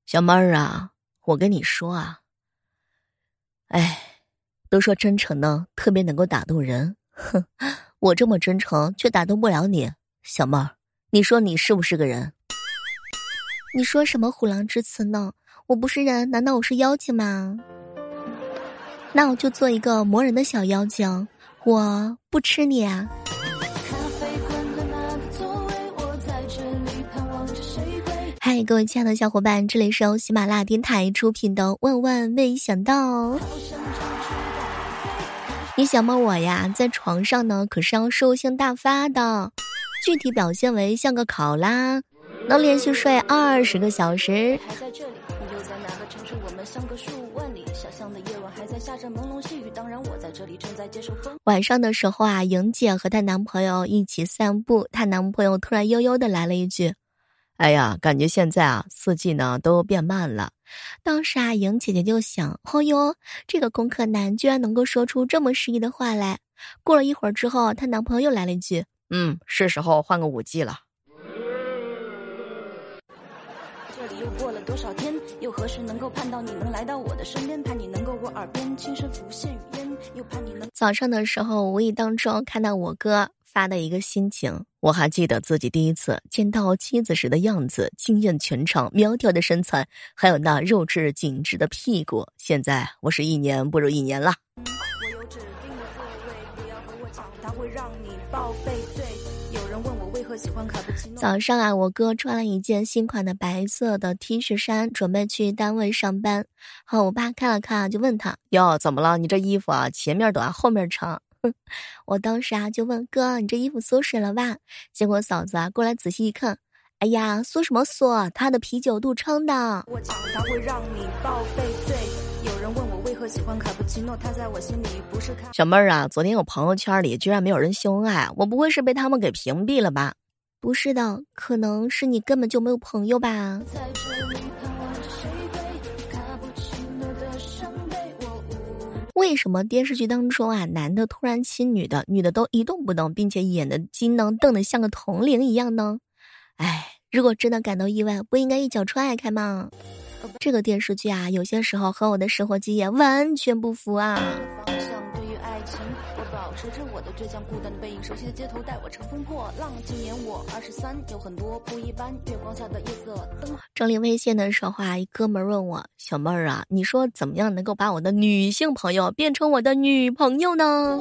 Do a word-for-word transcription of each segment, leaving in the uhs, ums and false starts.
小妹儿啊，我跟你说啊，哎，都说真诚呢特别能够打动人，哼，我这么真诚却打动不了你，小妹儿，你说你是不是个人？ 你说什么虎狼之词呢？我不是人，难道我是妖精吗？那我就做一个磨人的小妖精，我不吃你啊。嗨，各位亲爱的小伙伴，这里是由喜马拉雅电台出品的《万万没想到》。你想吗？我呀，在床上呢，可是要兽性大发的，具体表现为像个考拉，能连续睡二十个小时。还在这里，你就在哪个城市？我们相隔数万里，小巷的夜晚还在下着朦胧细雨。当然，我在这里正在接受风。晚上的时候啊，莹姐和她男朋友一起散步，她男朋友突然悠悠的来了一句。 哎呀，感觉现在啊，四季呢都变慢了。 当时啊，莹姐姐就想，哦哟，这个工科男居然能够说出这么诗意的话来。过了一会儿之后，她男朋友又来了一句， 嗯，是时候换个五 G 了。 这里又过了多少天，又何时能够盼到你能来到我的身边？盼你能够我耳边轻声浮现语言，又盼你能。 早上的时候，无意当中看到我哥发的一个心情。 我还记得自己第一次见到妻子时的样子，惊艳全场，苗条的身材，还有那肉质紧致的屁股。现在我是一年不如一年了。 我有指定的座位，不要和我抢，它会让你报废罪。有人问我为何喜欢卡布奇诺。 早上啊，我哥穿了一件新款的白色的 T 恤衫，准备去单位上班。好，我爸看了看，就问他： 哟，怎么了？你这衣服啊，前面短，后面长。 我当时啊就问哥，你这衣服缩水了吧？结果嫂子啊过来仔细一看，哎呀，缩什么缩？他的啤酒肚撑的。 我抢它会让你报废罪。有人问我为何喜欢卡布奇诺，他在我心里不是卡。 小妹儿啊，昨天我朋友圈里居然没有人秀恩爱，我不会是被他们给屏蔽了吧？ 不是的，可能是你根本就没有朋友吧。为什么电视剧当中啊，男的突然亲女的，女的都一动不动，并且演的金能瞪得像个铜铃一样呢？哎，如果真的感到意外，不应该一脚踹开吗？这个电视剧啊，有些时候和我的生活经验完全不符啊。 持着我的倔强，孤单的背影，熟悉的街头带我乘风破浪。今年我二十三，有很多不一般。月光下的夜色灯。 整理微信的时候啊，一哥们问我：“小妹儿啊，你说怎么样能够把我的女性朋友变成我的女朋友呢？”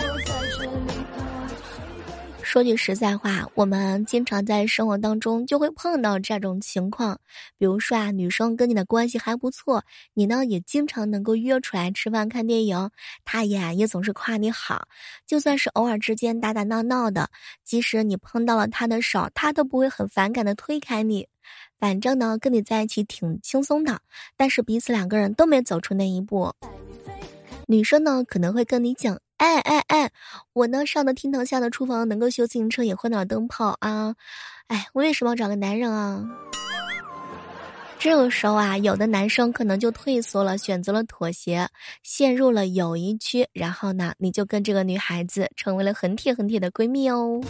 说句实在话，我们经常在生活当中就会碰到这种情况，比如说啊，女生跟你的关系还不错，你呢也经常能够约出来吃饭看电影，她呀也总是夸你好，就算是偶尔之间打打闹闹的，即使你碰到了她的手，她都不会很反感的推开你，反正呢跟你在一起挺轻松的，但是彼此两个人都没走出那一步。女生呢可能会跟你讲，哎哎哎，我呢上的厅堂下的厨房能够修自行车也换点灯泡啊，哎，我为什么要找个男人啊？这个时候啊，有的男生可能就退缩了，选择了妥协，陷入了友谊区，然后呢，你就跟这个女孩子成为了很铁很铁的闺蜜哦。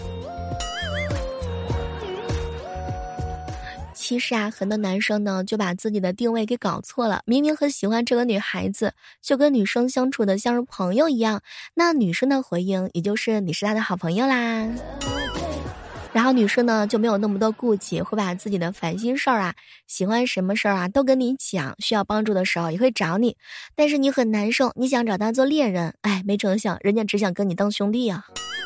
其实啊，很多男生呢就把自己的定位给搞错了，明明很喜欢这个女孩子，就跟女生相处的像是朋友一样，那女生的回应也就是你是她的好朋友啦。然后女生呢就没有那么多顾忌，会把自己的烦心事儿啊，喜欢什么事儿啊都跟你讲，需要帮助的时候也会找你，但是你很难受，你想找他做恋人，哎，没成想人家只想跟你当兄弟啊。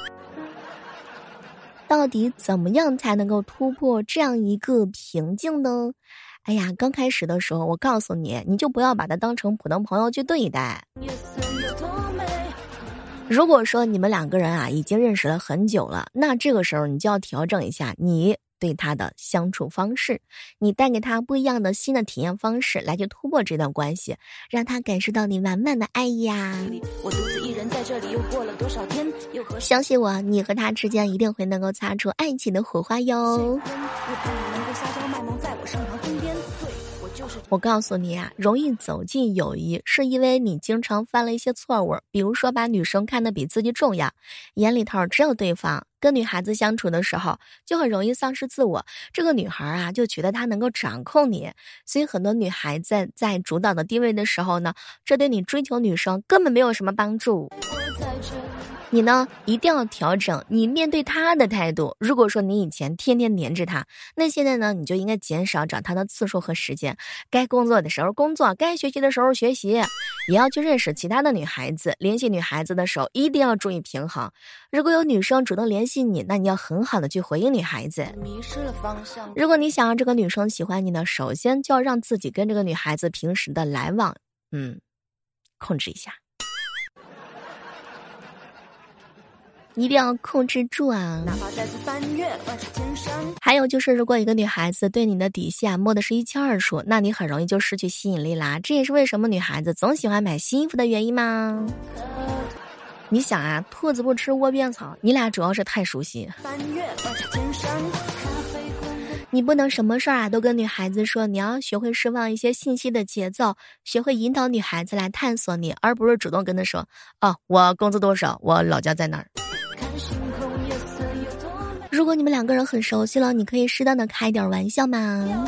到底怎么样才能够突破这样一个瓶颈呢？哎呀，刚开始的时候我告诉你，你就不要把他当成普通朋友去对待。如果说你们两个人啊已经认识了很久了，那这个时候你就要调整一下你对他的相处方式，你带给他不一样的新的体验方式来去突破这段关系，让他感受到你满满的爱呀。 我独自一人在这里，又过了多少天，又和相信我，你和他之间一定会能够擦出爱情的火花哟。 我告诉你啊，容易走进友谊，是因为你经常犯了一些错误，比如说把女生看得比自己重要，眼里头只有对方。跟女孩子相处的时候，就很容易丧失自我。这个女孩啊，就觉得她能够掌控你，所以很多女孩子在主导的地位的时候呢，这对你追求女生根本没有什么帮助。你呢，一定要调整你面对他的态度。如果说你以前天天黏着他，那现在呢，你就应该减少找他的次数和时间。该工作的时候工作，该学习的时候学习，也要去认识其他的女孩子。联系女孩子的时候，一定要注意平衡。如果有女生主动联系你，那你要很好的去回应女孩子。如果你想让这个女生喜欢你呢，首先就要让自己跟这个女孩子平时的来往，嗯，控制一下。一定要控制住啊！还有就是，如果一个女孩子对你的底细啊摸的是一清二楚，那你很容易就失去吸引力啦。这也是为什么女孩子总喜欢买新衣服的原因吗？你想啊，兔子不吃窝边草，你俩主要是太熟悉。你不能什么事儿啊都跟女孩子说，你要学会释放一些信息的节奏，学会引导女孩子来探索你，而不是主动跟她说，哦，我工资多少，我老家在哪儿。如果你们两个人很熟悉了，你可以适当的开点玩笑嘛。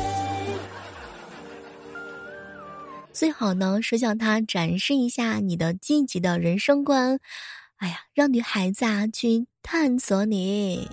最好呢是向他展示一下你的积极的人生观，哎呀，让女孩子啊去探索你。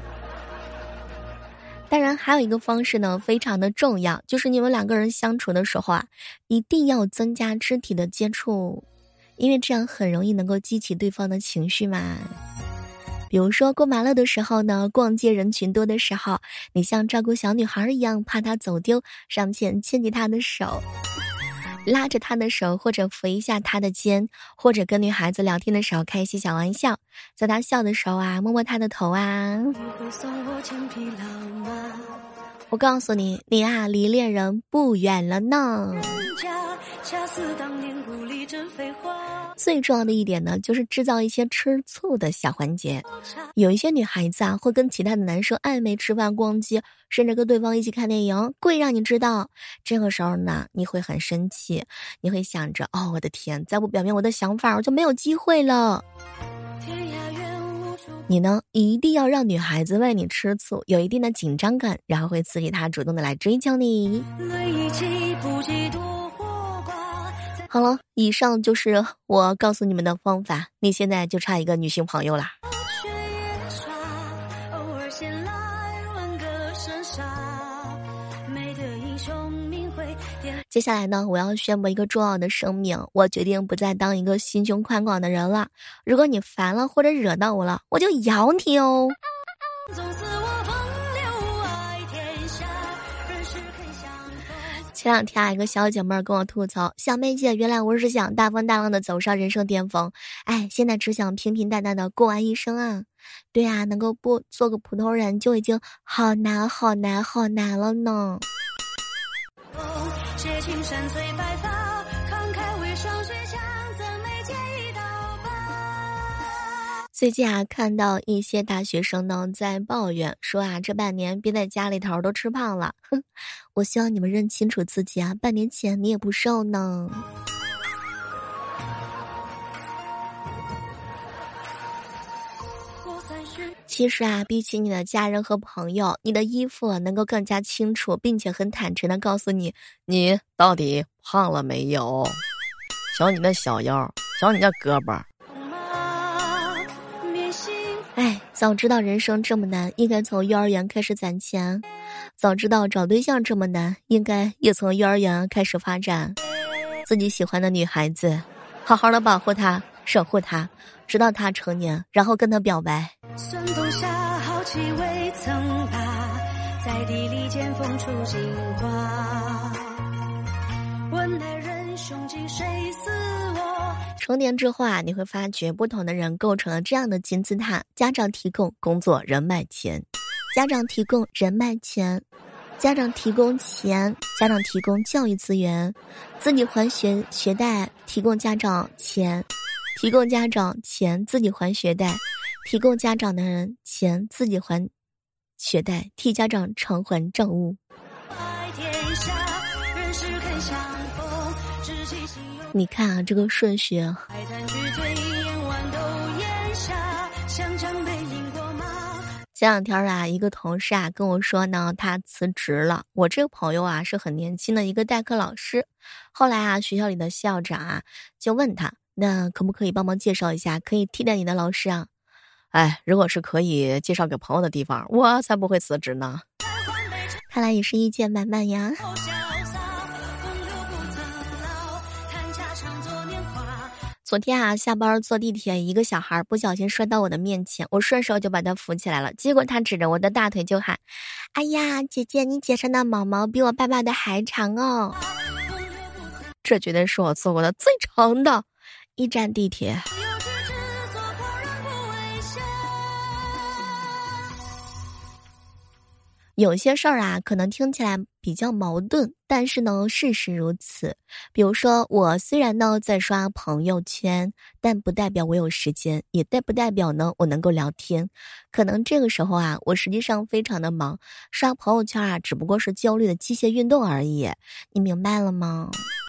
当然还有一个方式呢非常的重要，就是你们两个人相处的时候啊，一定要增加肢体的接触，因为这样很容易能够激起对方的情绪嘛。比如说过马路的时候呢，逛街人群多的时候，你像照顾小女孩一样，怕她走丢，上前牵起她的手，拉着她的手，或者扶一下她的肩，或者跟女孩子聊天的时候开一些小玩笑，在她笑的时候啊，摸摸她的头啊。我告诉你，你啊离恋人不远了呢。最重要的一点呢，就是制造一些吃醋的小环节。有一些女孩子啊，会跟其他的男生暧昧、吃饭、逛街，甚至跟对方一起看电影，故意让你知道。这个时候呢，你会很生气，你会想着，哦，我的天，再不表明我的想法，我就没有机会了。你呢，一定要让女孩子为你吃醋，有一定的紧张感，然后会刺激她主动的来追求你。好了，以上就是我告诉你们的方法，你现在就差一个女性朋友啦。接下来呢，我要宣布一个重要的声明，我决定不再当一个心胸宽广的人了。如果你烦了或者惹到我了，我就咬你哦。前两天啊，一个小姐妹跟我吐槽，小妹姐，原来我是想大风大浪的走上人生巅峰，哎，现在只想平平淡淡的过完一生啊。对啊，能够不做个普通人就已经好难好难好难了呢。最近啊，看到一些大学生呢在抱怨说啊，这半年憋在家里头都吃胖了。哼，我希望你们认清楚自己啊，半年前你也不瘦呢。其实啊，比起你的家人和朋友，你的衣服能够更加清楚并且很坦诚的告诉你，你到底胖了没有。瞧你那小腰，瞧你那胳膊。哎，早知道人生这么难，应该从幼儿园开始攒钱。早知道找对象这么难，应该也从幼儿园开始发展。自己喜欢的女孩子，好好的保护她，守护她，直到她成年，然后跟她表白。 酸冬夏好气未曾拔，在地里见风出金花。问来人兄弟谁似我？ 成年之后啊，你会发觉不同的人构成了这样的金字塔：家长提供工作、人脉、钱；家长提供人脉、钱；家长提供钱；家长提供教育资源；自己还学学贷，提供家长钱；提供家长钱，自己还学贷；提供家长的人钱，自己还学贷，替家长偿还账务。 但是很相逢，知己心有你看啊，这个顺序啊， 海滩去醉眼弯都咽下，想将背影过马。 前两天啊，一个同事啊跟我说呢，他辞职了。我这个朋友啊是很年轻的一个代课老师，后来啊学校里的校长啊就问他，那可不可以帮忙介绍一下可以替代你的老师啊？哎，如果是可以介绍给朋友的地方，我才不会辞职呢。看来也是意见满满呀。昨天啊，下班坐地铁，一个小孩不小心摔到我的面前，我顺手就把他扶起来了。结果他指着我的大腿就喊：“哎呀，姐姐，你姐身的毛毛比我爸爸的还长哦！”这绝对是我坐过的最长的一站地铁。有些事儿啊，可能听起来比较矛盾，但是呢，事实如此。比如说，我虽然呢在刷朋友圈，但不代表我有时间，也代不代表呢我能够聊天。可能这个时候啊，我实际上非常的忙，刷朋友圈啊，只不过是焦虑的机械运动而已。你明白了吗？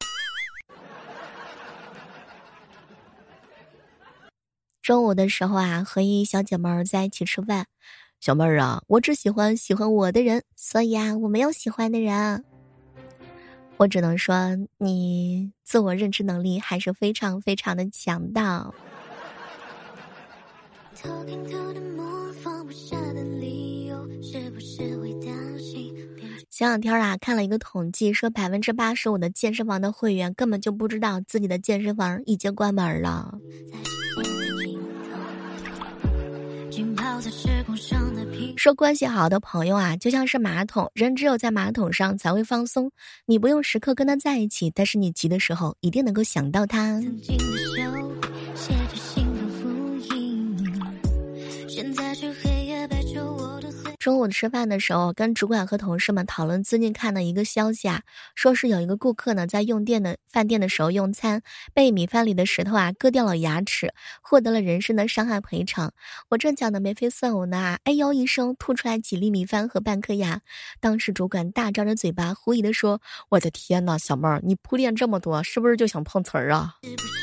中午的时候啊，和一小姐妹儿在一起吃饭。小妹儿啊，我只喜欢喜欢我的人，所以啊，我没有喜欢的人。我只能说，你自我认知能力还是非常非常的强大。前两天啊，看了一个统计，说百分之八十五的健身房的会员根本就不知道自己的健身房已经关门了。说关系好的朋友啊，就像是马桶，人只有在马桶上才会放松。你不用时刻跟他在一起，但是你急的时候一定能够想到他。中午吃饭的时候，跟主管和同事们讨论最近看的一个消息啊，说是有一个顾客呢，在用店的饭店的时候用餐，被米饭里的石头啊割掉了牙齿，获得了人身的伤害赔偿。我正讲的眉飞色舞呢，哎呦一声吐出来几粒米饭和半颗牙。当时主管大张着嘴巴，狐疑地说：“我的天哪，小妹儿，你铺垫这么多，是不是就想碰瓷儿啊？”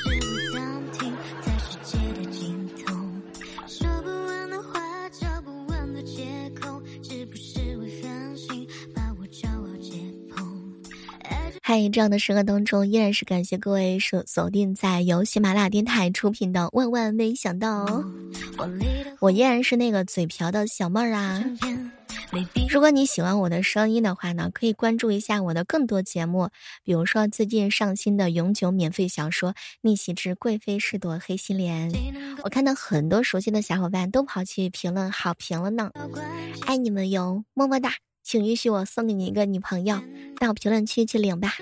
嗨，这样的时刻当中，依然是感谢各位锁锁定在由喜马拉雅电台出品的《万万没想到》哦。我依然是那个嘴瓢的小妹儿啊。如果你喜欢我的声音的话呢，可以关注一下我的更多节目，比如说最近上新的永久免费小说《逆袭之贵妃是朵黑心莲》，我看到很多熟悉的小伙伴都跑去评论好评了呢，爱你们哟，么么哒！请允许我送给你一个女朋友，到评论区去领吧。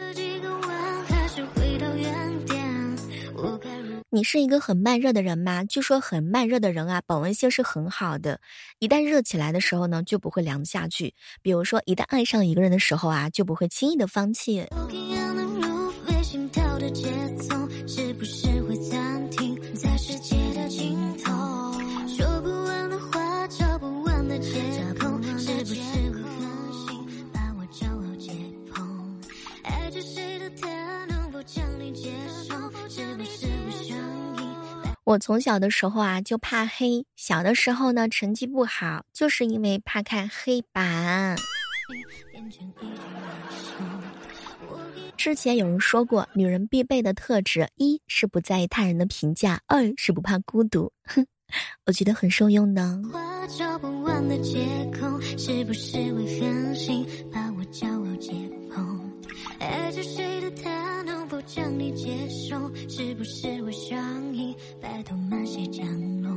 你是一个很慢热的人吗？据说很慢热的人啊，保温性是很好的，一旦热起来的时候呢，就不会凉下去。比如说，一旦爱上一个人的时候啊，就不会轻易的放弃。我从小的时候啊就怕黑，小的时候呢成绩不好，就是因为怕看黑板。之前有人说过，女人必备的特质，一是不在意他人的评价，二是不怕孤独。哼，我觉得很受用呢。找不完的借口，是不是会狠心把我骄傲解剖？爱着谁的他能否将你接受？是不是会上瘾？拜托慢些降落。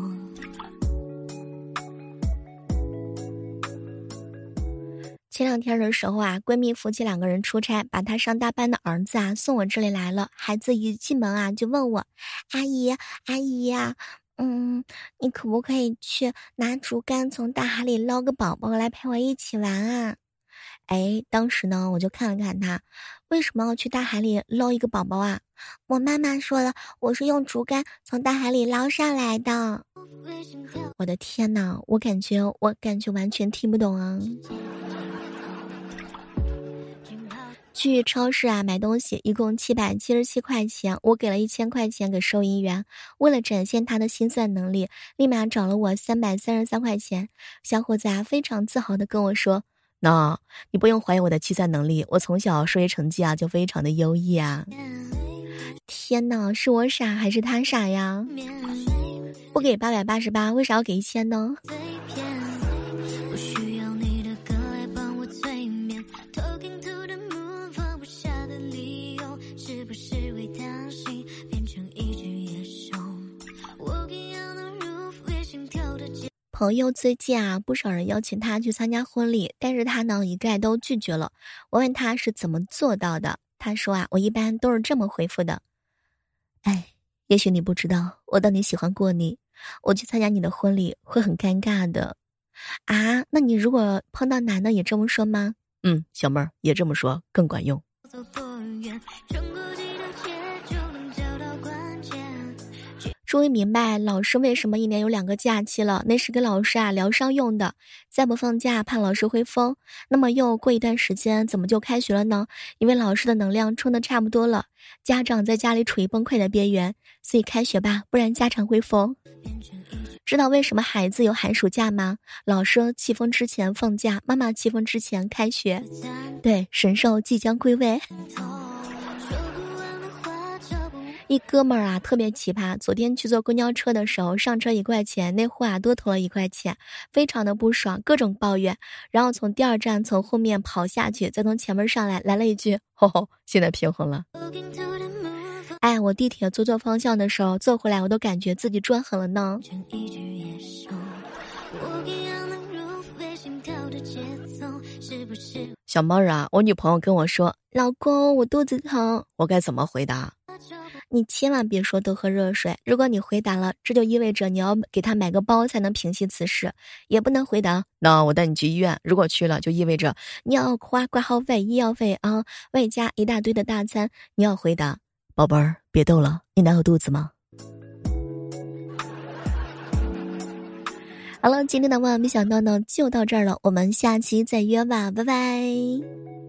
前两天的时候啊，闺蜜夫妻两个人出差，把她上大班的儿子啊送我这里来了。孩子一进门啊就问我：“阿姨，阿姨呀、啊。”嗯，你可不可以去拿竹竿从大海里捞个宝宝来陪我一起玩啊？哎，当时呢，我就看了看他，为什么要去大海里捞一个宝宝啊？我妈妈说了，我是用竹竿从大海里捞上来的。我的天哪，我感觉我感觉完全听不懂啊。 去超市啊买东西，一共七百七十七块钱，我给了一千块钱给收银员，为了展现他的心算能力，立马找了我三百三十三块钱。小伙子啊非常自豪地跟我说：“ 那你不用怀疑我的计算能力，我从小数学成绩啊就非常的优异啊。” 天哪，是我傻还是他傻呀？不给八百八十八，为啥要给一千呢？朋友最近啊，不少人邀请他去参加婚礼，但是他呢一概都拒绝了。我问他是怎么做到的，他说啊，我一般都是这么回复的：哎，也许你不知道，我到底喜欢过你，我去参加你的婚礼会很尴尬的。啊，那你如果碰到男的也这么说吗？ 嗯，小妹儿也这么说更管用。 终于明白老师为什么一年有两个假期了，那是给老师啊疗伤用的。再不放假怕老师会疯。那么又过一段时间怎么就开学了呢？因为老师的能量充得差不多了，家长在家里处于崩溃的边缘，所以开学吧，不然家长会疯。知道为什么孩子有寒暑假吗？老师气疯之前放假，妈妈气疯之前开学。对，神兽即将归位。一哥们儿啊，特别奇葩。昨天去坐公交车的时候，上车一块钱，那货啊多投了一块钱，非常的不爽，各种抱怨。然后从第二站从后面跑下去，再从前面上来，来了一句：“吼吼，现在平衡了。”哎，我地铁坐错方向的时候，坐回来我都感觉自己转狠了呢。 小妹儿啊，我女朋友跟我说：“ 老公，我肚子疼。” 我该怎么回答？ 你千万别说多喝热水，如果你回答了，这就意味着你要给他买个包才能平息此事，也不能回答那我带你去医院，如果去了就意味着你要花挂号费、医药费啊，外加一大堆的大餐。你要回答宝贝儿别逗了，你哪有肚子吗？ 好了，今天的万万没想到呢就到这儿了，我们下期再约吧，拜拜。